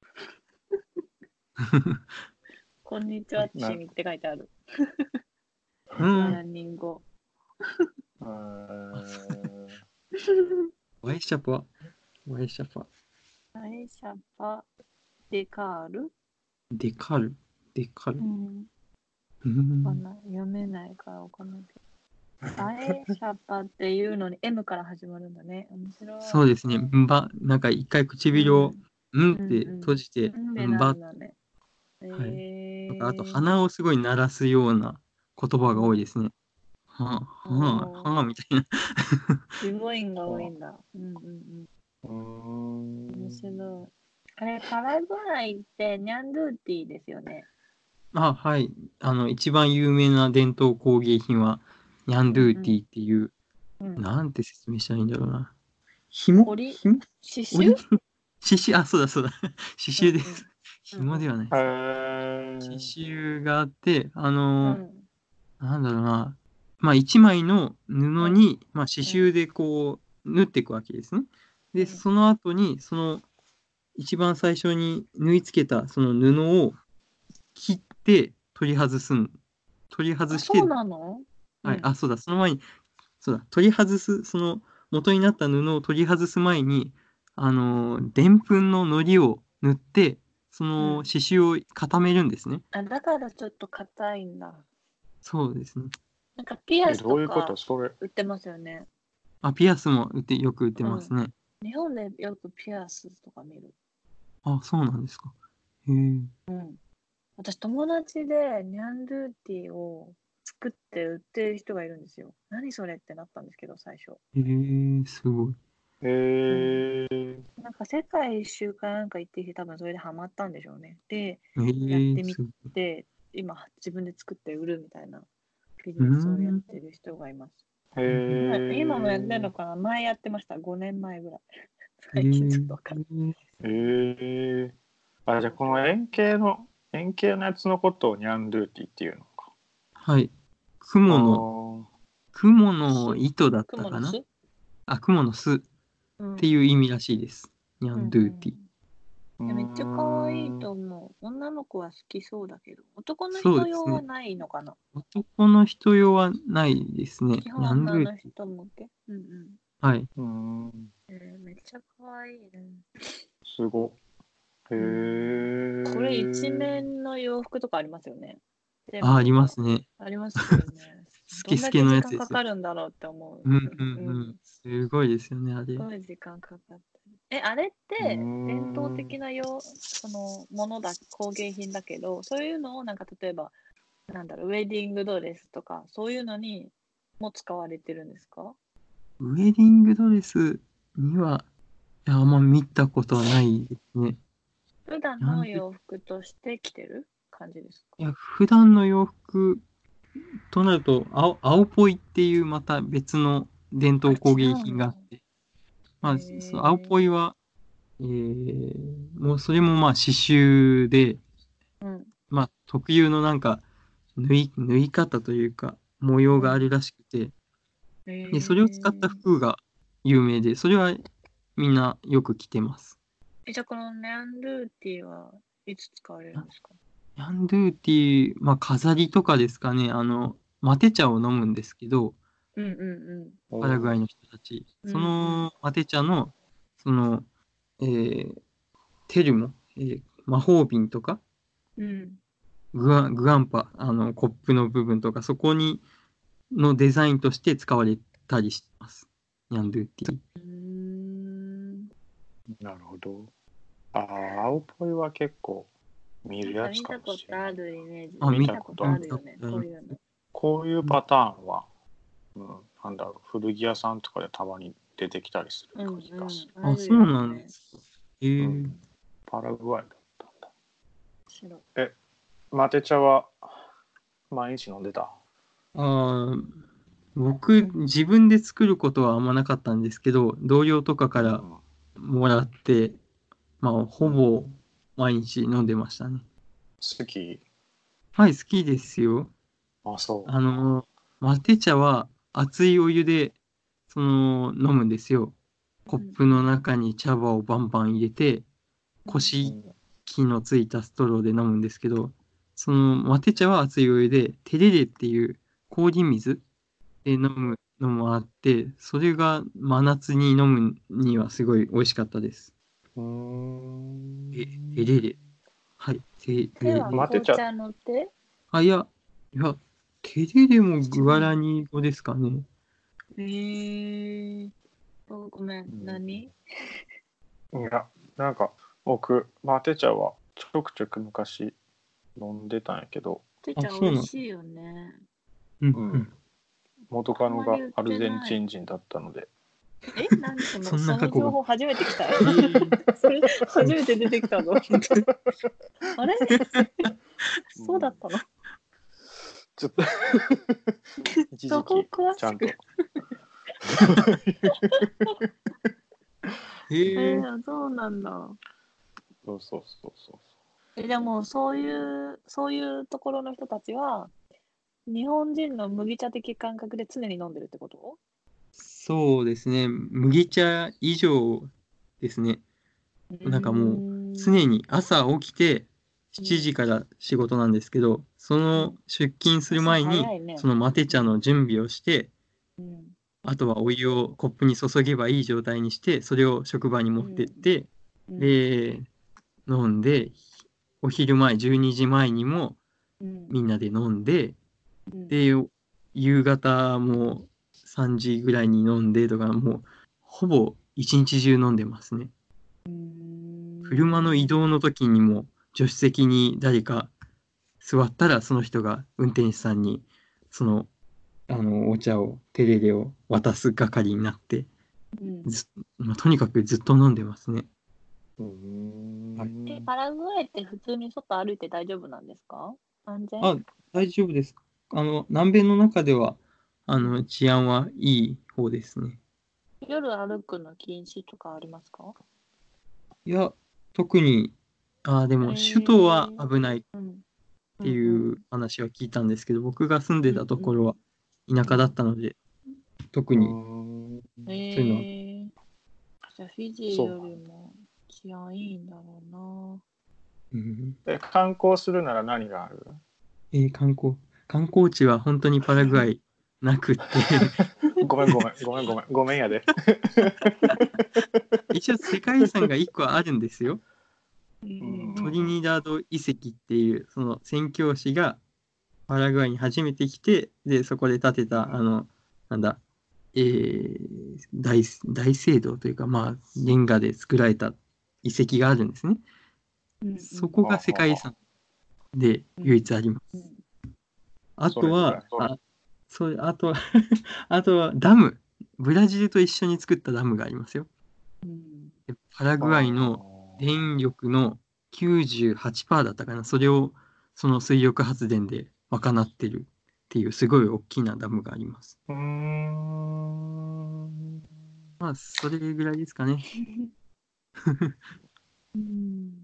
Speaker 2: こんにちは、チ
Speaker 1: な、
Speaker 2: ミって書いてある。
Speaker 3: う
Speaker 2: グアラ
Speaker 3: ん。
Speaker 2: ニン語。
Speaker 1: えー、
Speaker 3: ワイシャパ、ワイシャパ、
Speaker 2: パエシャパデカール。
Speaker 3: デカル、デカル。
Speaker 2: うん。
Speaker 3: う
Speaker 2: わかん
Speaker 3: ん。
Speaker 2: ない。読めないからわかんないけど。パエシャパっていうのに エム から始まるんだね。面白い。
Speaker 3: そうですね。んば、なんか一回
Speaker 2: う
Speaker 3: 唇を、
Speaker 2: ん。
Speaker 3: んっ
Speaker 2: うん
Speaker 3: て閉じて、
Speaker 2: うん。んで
Speaker 3: んば、
Speaker 2: なんだね。
Speaker 3: はい。なんかあと
Speaker 2: えー。
Speaker 3: 鼻をすごい鳴らすような言葉が多いですね。はあ、はあ、はあ、
Speaker 2: おー。
Speaker 3: みたいな。
Speaker 2: 母母音が多い
Speaker 1: あ、
Speaker 2: んだ。うんうん
Speaker 1: うー
Speaker 2: うん。面
Speaker 1: ん。
Speaker 2: 白い。あれ、パラグアイってニャンドゥーティーですよね。
Speaker 3: あ、はい。あの、一番有名な伝統工芸品は、ニャン
Speaker 2: うんうん
Speaker 3: ドゥーティーっていう、
Speaker 2: うん。
Speaker 3: なんて説明したらいいんだろうな。紐
Speaker 2: 織り、
Speaker 3: 紐
Speaker 2: 刺繍。
Speaker 3: 織り刺繍、あ、そうだそうだ。刺繍です。
Speaker 2: うんうん。うんうん。
Speaker 3: 紐ではない
Speaker 1: へ
Speaker 3: です。刺
Speaker 1: ー、
Speaker 3: 繍があって、あの
Speaker 2: うん
Speaker 3: なんだろうな。まあ、一枚の布
Speaker 2: うん
Speaker 3: に、まあ、刺繍でこう、縫っていくわけですね。で、
Speaker 2: うん
Speaker 3: その後に、その、一番最初に縫い付けたその布を切って取り外すん、取り外
Speaker 2: あ、
Speaker 3: して、
Speaker 2: そうなの？う
Speaker 3: はい、
Speaker 2: ん。
Speaker 3: あ、そうだ、その前に、そうだ、取り外す、その元になった布を取り外す前に、あのー、でんぷんの糊を塗って、その
Speaker 2: うん。
Speaker 3: 刺繍を固めるんですね。
Speaker 2: あ、だからちょっと硬いんだ。
Speaker 3: そうですね。
Speaker 2: なんかピア
Speaker 1: え、
Speaker 2: ス
Speaker 1: どういうこと
Speaker 2: とか
Speaker 1: それ？
Speaker 2: 売ってますよね。
Speaker 3: あ、ピアスも売って、よく売って
Speaker 2: うん。
Speaker 3: ますね。
Speaker 2: 日本でよくピアスとか見る。
Speaker 3: あ、そうなんですか。へえ。
Speaker 2: うん。私、友達でニャンドゥーティーを作って売ってる人がいるんですよ。何それってなったんですけど、最初。
Speaker 3: へえ、すごい。
Speaker 1: へ
Speaker 2: うん。
Speaker 1: ー、
Speaker 2: なんか世界一周かなんか行ってきて、多分それでハマったんでしょうね。で、やっ
Speaker 3: へえ、
Speaker 2: てみ
Speaker 3: すごい。
Speaker 2: て、今自分で作って売るみたいなビジ
Speaker 3: うー
Speaker 2: ネスをやっ
Speaker 3: ん。
Speaker 2: てる人がいます。
Speaker 1: へ
Speaker 3: うんうん、
Speaker 2: 今今もやってる
Speaker 1: ー、
Speaker 2: のかな？前やってました。ごねんまえぐらい。
Speaker 3: へ
Speaker 2: 最近ちょっとわかんない。
Speaker 3: え。
Speaker 1: へー。あ、じゃあこの円形の、円形のやつのことをニャンドゥーティーっていうのか。
Speaker 3: はい。
Speaker 1: あ
Speaker 3: 雲の、
Speaker 1: ー、
Speaker 3: 雲の
Speaker 2: 巣
Speaker 3: 糸だったかな。
Speaker 2: 雲の巣。
Speaker 3: あ、雲の巣っ
Speaker 2: うん。
Speaker 3: ていう意味らしいです。ニャ
Speaker 2: うん
Speaker 3: ンドゥーティー。
Speaker 2: うん。
Speaker 1: うー
Speaker 2: めっちゃ可愛い
Speaker 1: ん。
Speaker 2: と思う。女の子は好きそうだけど、男の人
Speaker 3: そうですね。
Speaker 2: 用はないのかな？
Speaker 3: 男の人用はないですね。
Speaker 2: 基本
Speaker 3: ニャンドゥーテ
Speaker 2: 女の
Speaker 3: ィー。
Speaker 2: 人向け。うんうん。
Speaker 3: はい。
Speaker 1: うーん。
Speaker 2: えー、めっちゃ可愛いね。
Speaker 1: すご。へ
Speaker 2: うん。これ一
Speaker 1: ー。
Speaker 2: 面の洋服とかありますよね。全
Speaker 3: あ、あり
Speaker 2: 部。
Speaker 3: ますね。
Speaker 2: ありますよね。
Speaker 3: スケスケ
Speaker 2: どんだけ時
Speaker 3: のやつですよ。
Speaker 2: 間かかるんだろうって思う。
Speaker 3: うん
Speaker 2: う
Speaker 3: うんうん。
Speaker 2: ん。
Speaker 3: すごいですよね、あ
Speaker 2: す
Speaker 3: れ。
Speaker 2: ごい時間かかったり。え、あれっ
Speaker 1: うー
Speaker 2: て伝統
Speaker 1: ん。
Speaker 2: 的なよそのものだ、工芸品だけど、そういうのをなんか例えば、なんだろう、ウェディングドレスとか、そういうのにも使われてるんですか？
Speaker 3: ウェディングドレス、 には、いや、あんま見たことはないですね。
Speaker 2: 普段の洋服として着てる感じですか？
Speaker 3: いや、普段の洋服となると、青、青ポイっていうまた別の伝統工芸品があって、まあ、その青ポイは、えー、もうそれもまあ刺繍で、
Speaker 2: うん、
Speaker 3: まあ特有のなんか縫い、縫い方というか模様があるらしくて、
Speaker 2: うん、
Speaker 3: で、それを使った服が有名で、それはみんなよく着てます。
Speaker 2: え、じゃあこのニャンドゥーティーはいつ使われるんですか？
Speaker 3: ニャンドゥーティー、まあ飾りとかですかね、あの、マテ茶を飲むんですけど、
Speaker 2: うんうん
Speaker 3: パラグアイの人たち。
Speaker 2: うん。
Speaker 3: そのマテ茶の、その、えー、テルモ、えー魔法瓶とか、
Speaker 2: うん。
Speaker 3: グアン、グアンパ、あの、コップの部分とか、そこに、のデザインとして使われたりします。ニャンドゥーティー。
Speaker 2: うーん。
Speaker 1: なるほど。ああ、青ポイは結構見るやつ
Speaker 2: 見たこ
Speaker 1: かもしれない。
Speaker 2: とあるイメージ。
Speaker 3: あ、
Speaker 1: 見
Speaker 2: 見たこと
Speaker 1: たことある。
Speaker 2: あるよね、こういうの。
Speaker 1: こういうパターンは、うん、なんだろう、古着屋さんとかでたまに出てきたりする
Speaker 2: うん
Speaker 1: 気がする。
Speaker 2: うん。
Speaker 3: あ、そうなんですか。へえ。
Speaker 1: うん、パラグアイだったんだ。
Speaker 2: 白。
Speaker 1: え、マテ茶は毎日飲んでた？
Speaker 3: ああ、僕、自分で作ることはあんまなかったんですけど、同僚とかからもらって、まあ、ほぼ毎日飲んでましたね。
Speaker 1: 好き？
Speaker 3: はい、好きですよ。
Speaker 1: あ、そう。
Speaker 3: あの、マテ茶は熱いお湯で、その、飲むんですよ。コップの中に茶葉をバンバン入れて、腰木のついたストローで飲むんですけど、そのマテ茶は熱いお湯で、テレレっていう氷水で飲むのもあって、それが真夏に飲むにはすごい美味しかったです。
Speaker 1: うーん。
Speaker 3: え、テレレ。はい、テレ
Speaker 2: 手は
Speaker 3: レ。
Speaker 2: 紅茶の手？
Speaker 3: あ、いや、いや、テレレもグアラニ語ですかね。
Speaker 2: へえー。ごめん、何？
Speaker 1: いや、なんか僕、マテ茶はちょくちょく昔飲んでたんやけど、
Speaker 2: てちゃん美味しいよね。
Speaker 3: うん、
Speaker 1: う
Speaker 3: うんん。
Speaker 1: 元カノがアルゼンチン人だったので。
Speaker 2: え、何その、
Speaker 3: そんな
Speaker 2: その
Speaker 3: 過去が
Speaker 2: 情報初めて来た。それ初めて出てきたぞ。あれそうだったの？
Speaker 1: ちょっと一時期ちゃんと。
Speaker 3: へえ。
Speaker 2: そうなんだ。
Speaker 1: そうそうそうそう。
Speaker 2: え、でもそういうそういうところの人たちは日本人の麦茶的感覚で常に飲んでるってこと？
Speaker 3: そうですね。麦茶以上ですね。なんかもう常に朝起きてしちじから仕事なんですけど、その出勤する前にそのマテ茶の準備をして、あとはお湯をコップに注げばいい状態にして、それを職場に持ってって、で、飲んで、お昼前、じゅうにじまえにもみんなで飲んで、で、夕方もさんじぐらいに飲んでとか、もうほぼ一日中飲んでますね。車の移動の時にも助手席に誰か座ったらその人が運転手さんにそのあのお茶をテレレを渡す係になって、ずまあ、とにかくずっと飲んでますね。
Speaker 2: え、パラグアイって普通に外歩いて大丈夫なんですか？安全？
Speaker 3: あ、大丈夫です。あの南米の中ではあの治安はいい方ですね。
Speaker 2: 夜歩くの禁止とかありますか？
Speaker 3: いや、特に、あ、でも首都は危ないっていう話は聞いたんですけど、僕が住んでたところは田舎だったので、特にそういうのは。
Speaker 2: じゃあフィジーよりも治安いいんだろうな。
Speaker 3: うん、
Speaker 1: え、観光するなら何がある？
Speaker 3: えー、観光、観光地は本当にパラグアイなくって
Speaker 1: ごめんごめんごめんごめんごめんやで。
Speaker 3: 一応世界遺産がいっこあるんですよ。
Speaker 2: うん、
Speaker 3: トリニダード遺跡っていうその宣教師がパラグアイに初めて来て、でそこで建てたあのなんだ、えー、大大聖堂というか、まあレンガで作られた遺跡があるんですね。うん、そこが世界遺産で唯一あります。うん、あとは、あ、そう、あとはあとはダム、ブラジルと一緒に作ったダムがありますよ。
Speaker 2: うん、
Speaker 3: でパラグアイの電力の きゅうじゅうはちパーセント だったかな、それをその水力発電で賄ってるっていうすごい大きなダムがあります。
Speaker 1: うーん。
Speaker 3: まあ、それぐらいですかね。
Speaker 2: うん、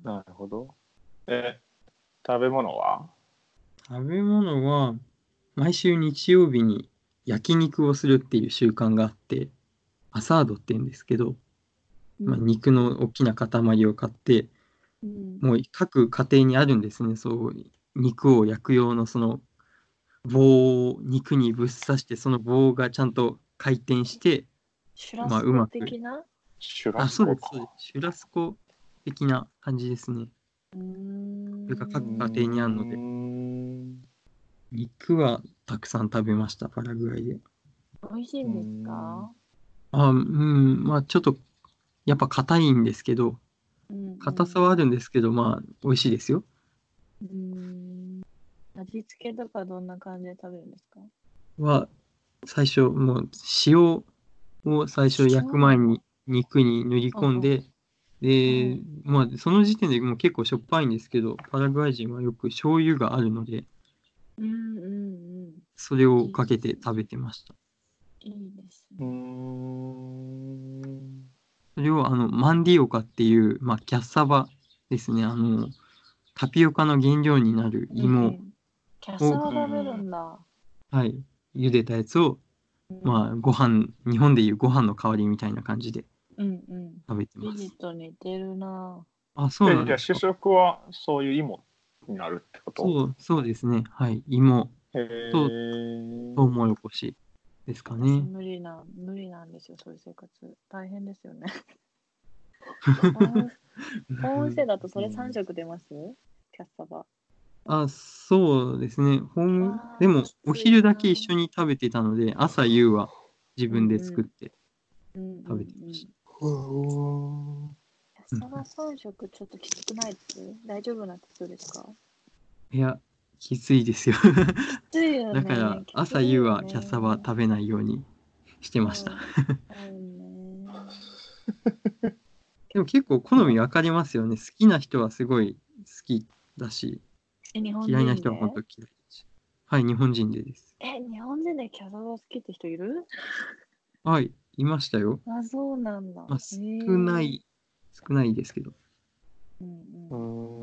Speaker 1: なるほど。え、食べ物は？
Speaker 3: 食べ物は、毎週日曜日に焼肉をするっていう習慣があって、アサードって言うんですけど、まあ、
Speaker 2: うん、
Speaker 3: 肉の大きな塊を買って、
Speaker 2: うん、
Speaker 3: もう各家庭にあるんですね、そう、肉を焼く用のその棒を肉にぶっ刺して、その棒がちゃんと回転して、まあ、
Speaker 2: シュラスコ
Speaker 3: うまく、
Speaker 2: 的な。
Speaker 3: あ、
Speaker 1: シュラス
Speaker 3: そうです、そうで
Speaker 1: コか。
Speaker 3: す。シュラスコ的な感じですね。
Speaker 2: うー
Speaker 3: それが
Speaker 1: うー
Speaker 3: 各
Speaker 2: ん、
Speaker 3: 家庭にあるので、
Speaker 1: ん。
Speaker 3: 肉はたくさん食べました、パラグアイで。
Speaker 2: 美味しい
Speaker 1: うー
Speaker 2: んです
Speaker 1: ん。
Speaker 2: か？
Speaker 3: あ、うん、まあちょっと、やっぱ硬いんですけど、
Speaker 2: うん、うん、
Speaker 3: 硬さはあるんですけど、まあ美味しいですよ。
Speaker 2: うーん。味付けとかどんな感じで食べるんですか？
Speaker 3: は、最初、もう塩を最初焼く前
Speaker 2: 塩。
Speaker 3: に肉に塗り
Speaker 2: うん、うん、
Speaker 3: 込んで、で、まあその時点でもう結構しょっぱいんですけど、パラグアイ人はよく醤油があるので、
Speaker 2: うん、うん、うん。
Speaker 3: それを
Speaker 2: いい
Speaker 3: かけ
Speaker 2: ですね。
Speaker 3: て食べてました。
Speaker 2: いいです
Speaker 1: うー
Speaker 2: ね。
Speaker 1: ん。
Speaker 3: それをあのマンディオカっていう、まあ、キャッサバですね。あの、タピオカの原料になる
Speaker 2: うん、う
Speaker 3: 芋
Speaker 2: ん。キャッサ
Speaker 3: を、
Speaker 2: バ食べる
Speaker 1: うん。
Speaker 2: んだ。
Speaker 3: はい、茹でたやつを、
Speaker 2: うん、
Speaker 3: まあ、ご飯、日本でいうご飯の代わりみたいな感じで
Speaker 2: うん、うん。
Speaker 3: 食べて
Speaker 2: ビジ
Speaker 3: ます。
Speaker 2: と似てるな。
Speaker 3: あ、そう
Speaker 1: え、じゃあ主
Speaker 3: なんですか。
Speaker 1: 食はそういう芋になるってこと？
Speaker 3: そう、そうですね。はい。芋
Speaker 1: へ
Speaker 3: とトウモ
Speaker 1: え。
Speaker 3: ロコシですか
Speaker 2: 私
Speaker 3: ね。
Speaker 2: 無理な、無理なんですよ、そういう生活。大変ですよね。温温泉だとそれさん
Speaker 1: うん。
Speaker 2: 食出ますキャッサバ。
Speaker 3: あ、そうですね。ほん、で
Speaker 2: ああ、
Speaker 3: も、
Speaker 2: き
Speaker 3: お
Speaker 2: ついな。
Speaker 3: 昼だけ一緒に食べてたので、朝夕は自分で
Speaker 2: うんうん。
Speaker 3: 作って
Speaker 2: うんうん
Speaker 3: 食べてま
Speaker 2: うん。
Speaker 3: し
Speaker 1: うーん。
Speaker 2: キャッ
Speaker 3: た。うん、
Speaker 2: サバさん食ちょっときつくないです大丈夫なことですか？
Speaker 3: いや、きついですよ。
Speaker 2: きついよ
Speaker 3: だから、
Speaker 2: ね。きつ
Speaker 3: 朝夕
Speaker 2: いよ
Speaker 3: はキャッサバ
Speaker 2: ね。
Speaker 3: 食べないようにしてました。
Speaker 2: そう。そうね。
Speaker 3: でも結構好み分かりますよね。好きな人はすごい好きだし、
Speaker 2: え、日本
Speaker 3: 嫌いな
Speaker 2: 人で
Speaker 3: 人は本当嫌いだし。はい、日本人でです。
Speaker 2: え、日本人でキャッサバ好きって人いる？
Speaker 3: はい、いましたよ。
Speaker 2: あ、そうなんだ。
Speaker 3: まあ、
Speaker 2: へ
Speaker 3: 少
Speaker 2: え。
Speaker 3: ない、少ないですけど。
Speaker 2: うん
Speaker 1: うー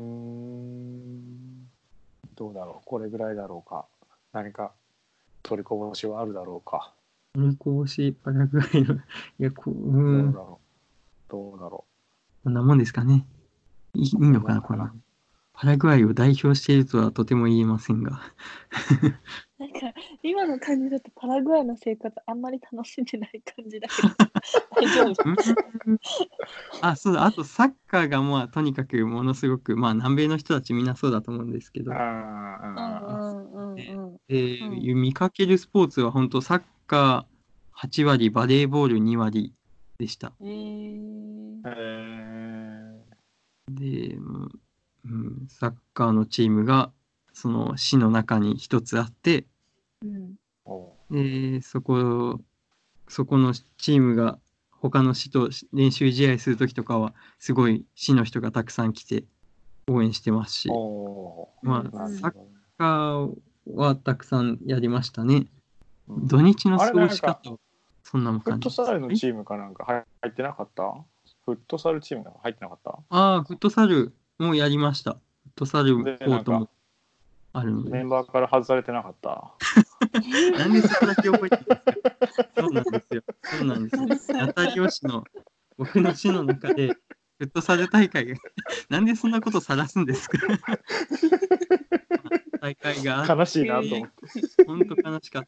Speaker 1: ん。どうだろう。これぐらいだろうか。何か取りこぼしはあるだろうか。
Speaker 3: うん、こうし、パラグアイの、いや、こう、うん、
Speaker 1: どうだろう。どうだろ
Speaker 3: こんなもんですかね。いい、い
Speaker 1: う。こんな
Speaker 3: いのかな、こんな。
Speaker 1: もんかな。
Speaker 3: パラグアイを代表しているとはとても言えませんが。
Speaker 2: なんか、今の感じだとパラグアイの生活あんまり楽しんでない感じだけど、大丈夫？
Speaker 3: うん、あ、そうだ。あと、サッカーが、まあ、とにかくものすごく、まあ、南米の人たちみんなそうだと思うんですけ
Speaker 1: あ
Speaker 3: ど、
Speaker 2: うんう
Speaker 1: あ、
Speaker 2: んうんうん。
Speaker 3: で、
Speaker 2: うん。
Speaker 3: 見かけるスポーツは本当サッカーはち割、バレーボールに割でした。
Speaker 2: えー、
Speaker 1: へえ。
Speaker 3: で、うん、サッカーのチームがその市の中に一つあって、
Speaker 2: うん。
Speaker 1: お
Speaker 3: で、そこ、そこのチームが他の市と練習試合するときとかは、すごい市の人がたくさん来て応援してますし、
Speaker 1: お
Speaker 2: うん
Speaker 3: まあ、サッ
Speaker 2: うん。
Speaker 1: なるほどね。
Speaker 3: カーはたくさんやりましたね。
Speaker 1: うん、
Speaker 3: 土日の
Speaker 1: あれ
Speaker 3: 過ご
Speaker 1: なんか
Speaker 3: し方はそんな
Speaker 1: フッ
Speaker 3: 感じです。
Speaker 1: トサルの
Speaker 3: はい、
Speaker 1: チームかなんか入ってなかった？フットサルチームが入ってなかった？
Speaker 3: ああ、フットサルもやりました。フットサル
Speaker 1: で、なんか
Speaker 3: コートもあるので。
Speaker 1: メンバーから外されてなかった？
Speaker 3: なんでそこだけ覚えてるんですか？そうなんですよ。そうなんですよ。
Speaker 2: 外さ
Speaker 3: ナタ
Speaker 2: れた。
Speaker 3: リオ市の、僕の市の中で、フットサル大会が、なんでそんなことさらすんですか？まあ大会があっ
Speaker 1: 悲しいなと
Speaker 3: て、
Speaker 1: 思って。
Speaker 3: ほんと悲しかった。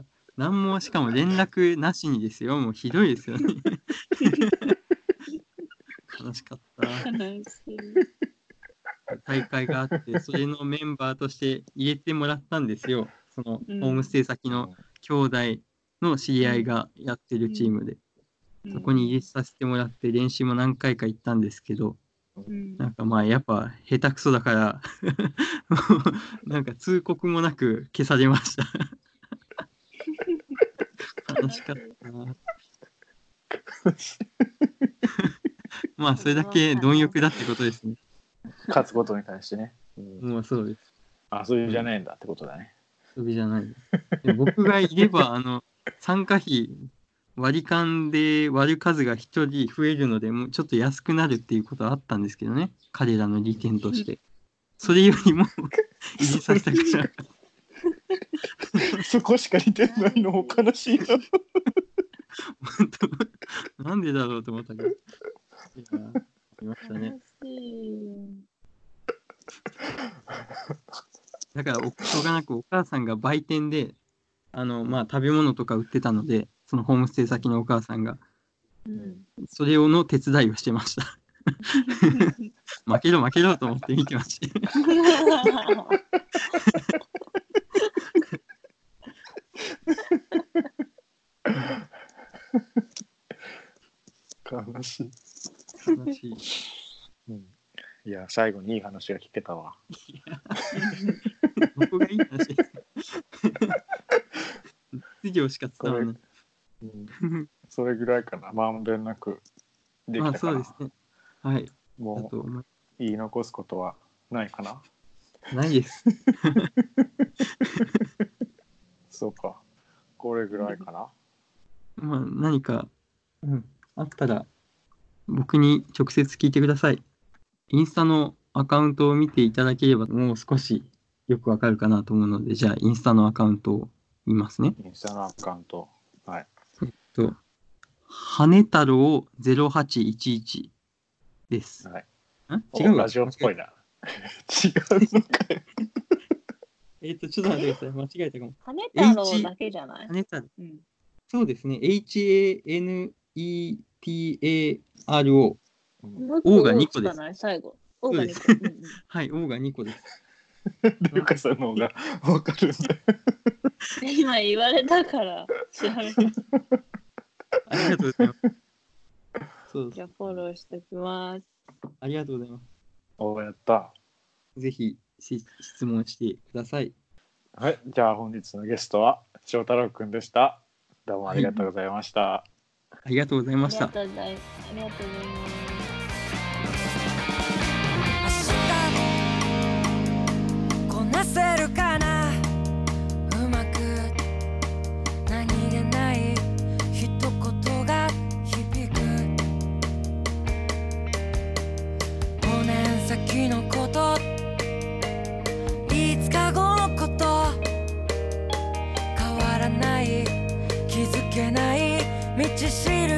Speaker 3: なんも、しかも連絡なしにですよ。もうひどいですよね。悲しかった。
Speaker 2: 悲しい。
Speaker 3: 大会があって、それのメンバーとして入れてもらったんですよ。その
Speaker 2: うん。
Speaker 3: ホームステイ先の
Speaker 1: うん
Speaker 3: 兄弟の知り合い
Speaker 2: うん
Speaker 3: がやってるチー
Speaker 2: うん
Speaker 3: ムで、
Speaker 2: うん
Speaker 3: そこに入れさせてもらって練習も何回か行ったんですけど、
Speaker 2: うん
Speaker 3: なんかまあやっぱ下手くそだからなんか通告もなく消されました。悲しかったな。 まあそれだけ貪欲だってことですね。
Speaker 1: 勝つことに対してね。
Speaker 3: うん、まあそうです。
Speaker 1: 遊びじゃないんだってことだね。
Speaker 3: 遊びじゃない。で僕がいれば、あの、参加費、割り勘で割る数が一人増えるので、もうちょっと安くなるっていうことはあったんですけどね。彼らの利点として。それよりも、維持させたくなかった。
Speaker 1: そこしか利点ないの悲しいな。
Speaker 3: 本当、なんでだろうと思ったけど。いや、いましたね。だから、しょうがなくお母さんが売店で、あの、まあ、食べ物とか売ってたので、そのホームステイ先のお母さんが、うん、それをの手伝いをしてました。負けろ負けろと思って見てました。
Speaker 1: 悲しい。
Speaker 3: 悲しい。
Speaker 1: うん、いや、最後にいい話が聞けたわ。
Speaker 3: 僕がいい話です。授業しか伝わらない。
Speaker 1: うん、それぐらいかな。まんべんなくできたかな。
Speaker 3: あ、そうですね。はい。
Speaker 1: もう言い残すことはないかな。
Speaker 3: ないです。
Speaker 1: そうか。これぐらいかな。
Speaker 3: まあ何か、うん、あったら僕に直接聞いてください。インスタのアカウントを見ていただければもう少しよくわかるかなと思うので、じゃあインスタのアカウントを見ますね。
Speaker 1: インスタのアカウント。はい。
Speaker 3: えっと、羽根太郎ゼロはちいちいちです。
Speaker 1: はい。
Speaker 3: ん違うわ。
Speaker 1: ラジオっぽいな。違うのかよ。
Speaker 3: えっと、ちょっと待ってください。間違えたかも。
Speaker 2: 羽根太郎だけじゃない？
Speaker 3: 羽根太郎。うん、そうですね。エイチエーエヌイーティーエーアールオー。O がにこです。
Speaker 2: 最後。O がにこ。
Speaker 3: はい、O がにこです。
Speaker 1: ルカさんの方が分かるんだ。
Speaker 2: 今言われたから調べた。
Speaker 3: ありがとうございます。そう
Speaker 2: じゃあフォローしておきます。
Speaker 3: ありがとうございます。
Speaker 1: おやった。
Speaker 3: ぜひ質問してください。
Speaker 1: はい、じゃあ本日のゲストは翔太郎くんでした。どうもありがとうございました。はい、
Speaker 3: ありがとうございました。
Speaker 2: ありがとうございます。ありがとうございます。
Speaker 4: せるかな、うまく何気ない一言が響く。ごねん先のこと、いつかごのこと、変わらない気づけない道しる